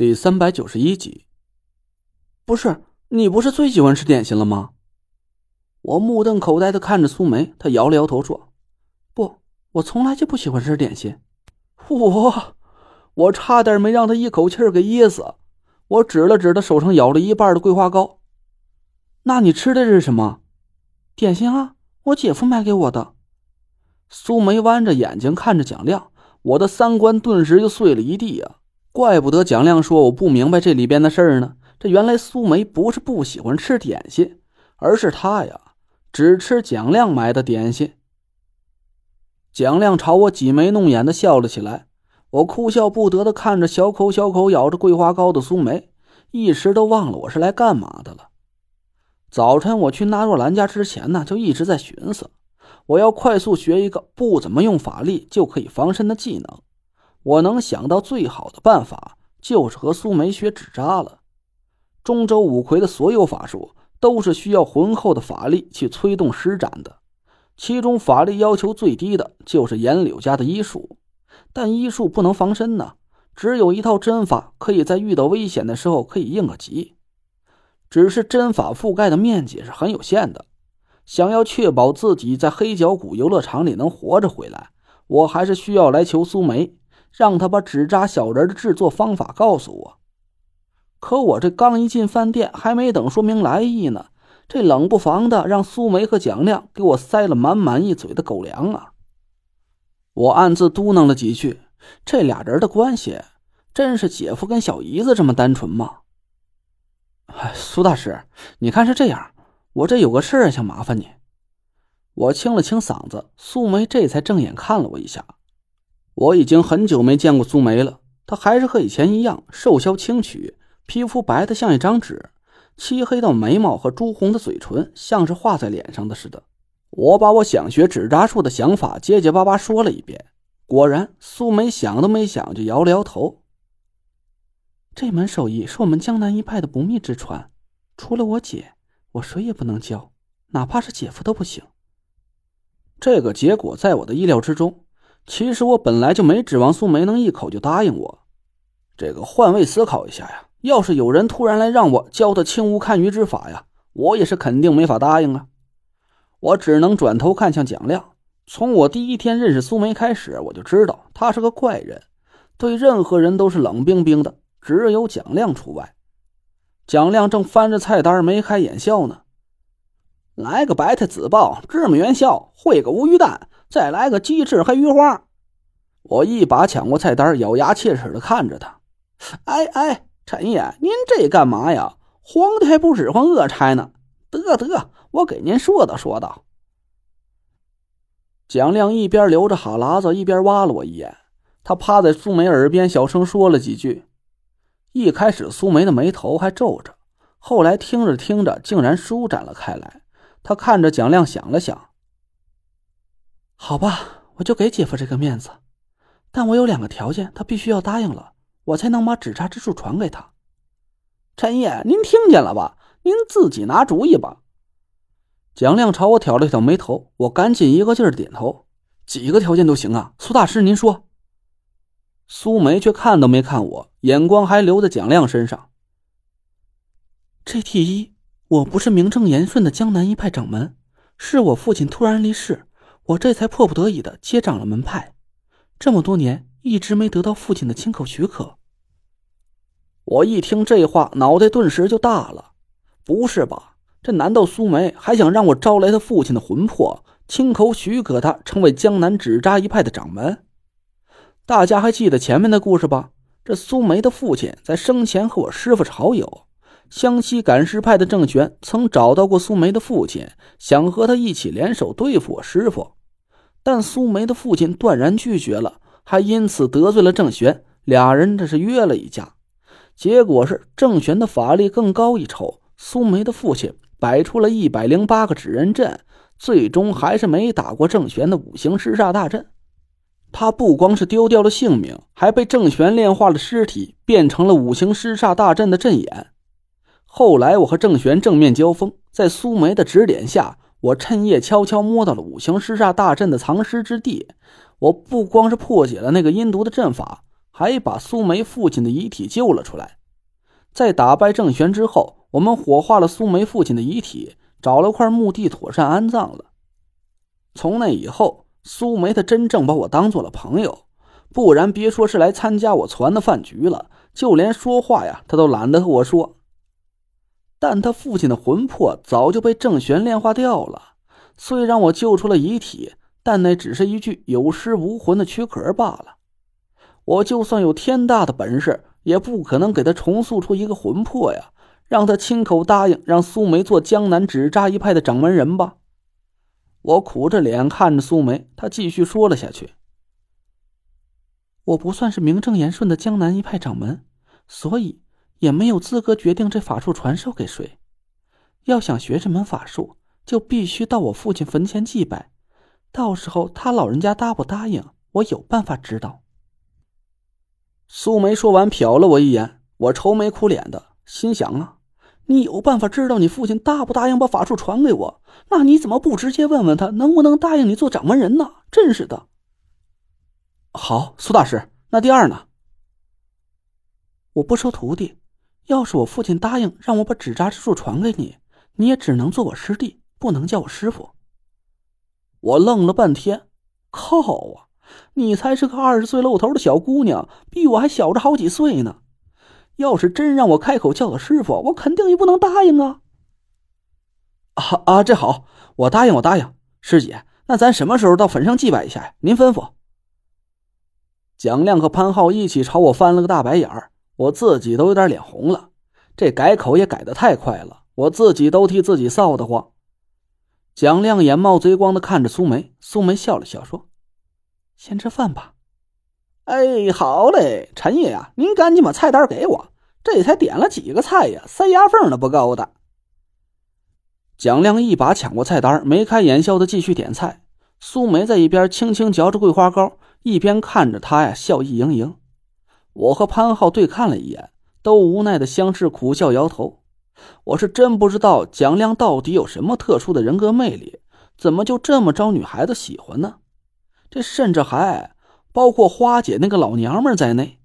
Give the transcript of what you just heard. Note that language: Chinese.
第391集。不是，你不是最喜欢吃点心了吗？我目瞪口呆地看着苏梅，她摇了摇头说：不，我从来就不喜欢吃点心。我差点没让她一口气给噎死。我指了指她手上咬了一半的桂花糕。那你吃的是什么？点心啊，我姐夫买给我的。苏梅弯着眼睛看着蒋亮，我的三观顿时就碎了一地啊！怪不得蒋亮说我不明白这里边的事儿呢，这原来苏梅不是不喜欢吃点心，而是她呀只吃蒋亮买的点心。蒋亮朝我挤眉弄眼的笑了起来，我哭笑不得的看着小口小口咬着桂花糕的苏梅，一时都忘了我是来干嘛的了。早晨我去纳若兰家之前呢，就一直在寻思，我要快速学一个不怎么用法力就可以防身的技能。我能想到最好的办法就是和苏梅学纸扎了。中州五魁的所有法术都是需要浑厚的法力去催动施展的，其中法力要求最低的就是颜柳家的医术，但医术不能防身呢，只有一套针法可以在遇到危险的时候可以应个急。只是针法覆盖的面积是很有限的，想要确保自己在黑角谷游乐场里能活着回来，我还是需要来求苏梅，让他把纸扎小人的制作方法告诉我。可我这刚一进饭店，还没等说明来意呢，这冷不防的让苏梅和蒋亮给我塞了满满一嘴的狗粮啊！我暗自嘟囔了几句，这俩人的关系真是姐夫跟小姨子这么单纯吗？苏大师，你看是这样，我这有个事儿想麻烦你。我清了清嗓子，苏梅这才正眼看了我一下。我已经很久没见过苏梅了，她还是和以前一样瘦削轻曲，皮肤白得像一张纸，漆黑的眉毛和朱红的嘴唇像是画在脸上的似的。我把我想学纸扎术的想法结结巴巴说了一遍，果然苏梅想都没想就摇了摇头。这门手艺是我们江南一派的不灭之传，除了我姐，我谁也不能教，哪怕是姐夫都不行。这个结果在我的意料之中，其实我本来就没指望苏梅能一口就答应我。这个换位思考一下呀，要是有人突然来让我教他轻无看鱼之法呀，我也是肯定没法答应啊。我只能转头看向蒋亮，从我第一天认识苏梅开始，我就知道他是个怪人，对任何人都是冷冰冰的，只有蒋亮除外。蒋亮正翻着菜单眉开眼笑呢。来个白菜紫鲍，芝麻元宵，烩个无鱼蛋，再来个鸡翅黑鱼花。我一把抢过菜单，咬牙切齿地看着他。哎，陈爷，您这干嘛呀？皇帝还不使唤恶差呢。得，我给您说道。蒋亮一边流着哈喇子，一边挖了我一眼。他趴在苏梅耳边小声说了几句。一开始苏梅的眉头还皱着，后来听着听着竟然舒展了开来。他看着蒋亮想了想，好吧，我就给姐夫这个面子，但我有2个条件，他必须要答应了，我才能把纸扎之术传给他。陈爷，您听见了吧？您自己拿主意吧。蒋亮朝我挑了挑眉头，我赶紧一个劲儿点头。几个条件都行啊，苏大师您说。苏梅却看都没看我，眼光还留在蒋亮身上。这第一，我不是名正言顺的江南一派掌门，是我父亲突然离世，我这才迫不得已的接掌了门派，这么多年一直没得到父亲的亲口许可。我一听这话，脑袋顿时就大了。不是吧，这难道苏梅还想让我招来他父亲的魂魄，亲口许可他成为江南纸扎一派的掌门？大家还记得前面的故事吧？这苏梅的父亲在生前和我师父是好友，湘西赶尸派的郑玄曾找到过苏梅的父亲，想和他一起联手对付我师父，但苏梅的父亲断然拒绝了，还因此得罪了郑玄，俩人这是约了一架。结果是郑玄的法力更高一筹，苏梅的父亲摆出了108个纸人阵，最终还是没打过郑玄的五行尸煞大阵。他不光是丢掉了性命，还被郑玄炼化了尸体，变成了五行尸煞大阵的阵眼。后来我和郑玄正面交锋，在苏梅的指点下，我趁夜悄悄摸到了五行尸煞大阵的藏尸之地。我不光是破解了那个阴毒的阵法， 还把苏梅父亲的遗体救了出来。在打败郑玄之后，我们火化了苏梅父亲的遗体，找了块墓地妥善安葬了。从那以后，苏梅她真正把我当做了朋友，不然别说是来参加我攒的饭局了，就连说话呀，她都懒得和我说。但她父亲的魂魄早就被郑玄炼化掉了，虽然我救出了遗体，但那只是一具有尸无魂的躯壳罢了。我就算有天大的本事，也不可能给他重塑出一个魂魄呀，让他亲口答应让苏梅做江南纸扎一派的掌门人吧。我苦着脸看着苏梅，她继续说了下去。我不算是名正言顺的江南一派掌门，所以也没有资格决定这法术传授给谁。要想学这门法术，就必须到我父亲坟前祭拜，到时候他老人家答不答应，我有办法知道。苏梅说完瞟了我一眼，我愁眉苦脸的，心想啊，你有办法知道你父亲答不答应把法术传给我，那你怎么不直接问问他能不能答应你做掌门人呢？真是的。好，苏大师，那第二呢？我不收徒弟，要是我父亲答应让我把纸扎之术传给你，你也只能做我师弟，不能叫我师傅。我愣了半天，靠啊，你才是个20岁露头的小姑娘，比我还小着好几岁呢。要是真让我开口叫他师傅，我肯定也不能答应啊。这好，我答应。师姐，那咱什么时候到坟上祭拜一下呀？您吩咐。蒋亮和潘浩一起朝我翻了个大白眼儿，我自己都有点脸红了。这改口也改得太快了，我自己都替自己臊得慌。蒋亮眼冒贼光地看着苏梅，苏梅笑了笑说：“先吃饭吧。”哎，好嘞，陈爷啊，您赶紧把菜单给我，这才点了几个菜呀，塞牙缝都不够的。蒋亮一把抢过菜单，眉开眼笑地继续点菜。苏梅在一边轻轻嚼着桂花糕，一边看着他呀，笑意盈盈。我和潘浩对看了一眼，都无奈地相视苦笑摇头。我是真不知道蒋亮到底有什么特殊的人格魅力，怎么就这么招女孩子喜欢呢？这甚至还包括花姐那个老娘们在内。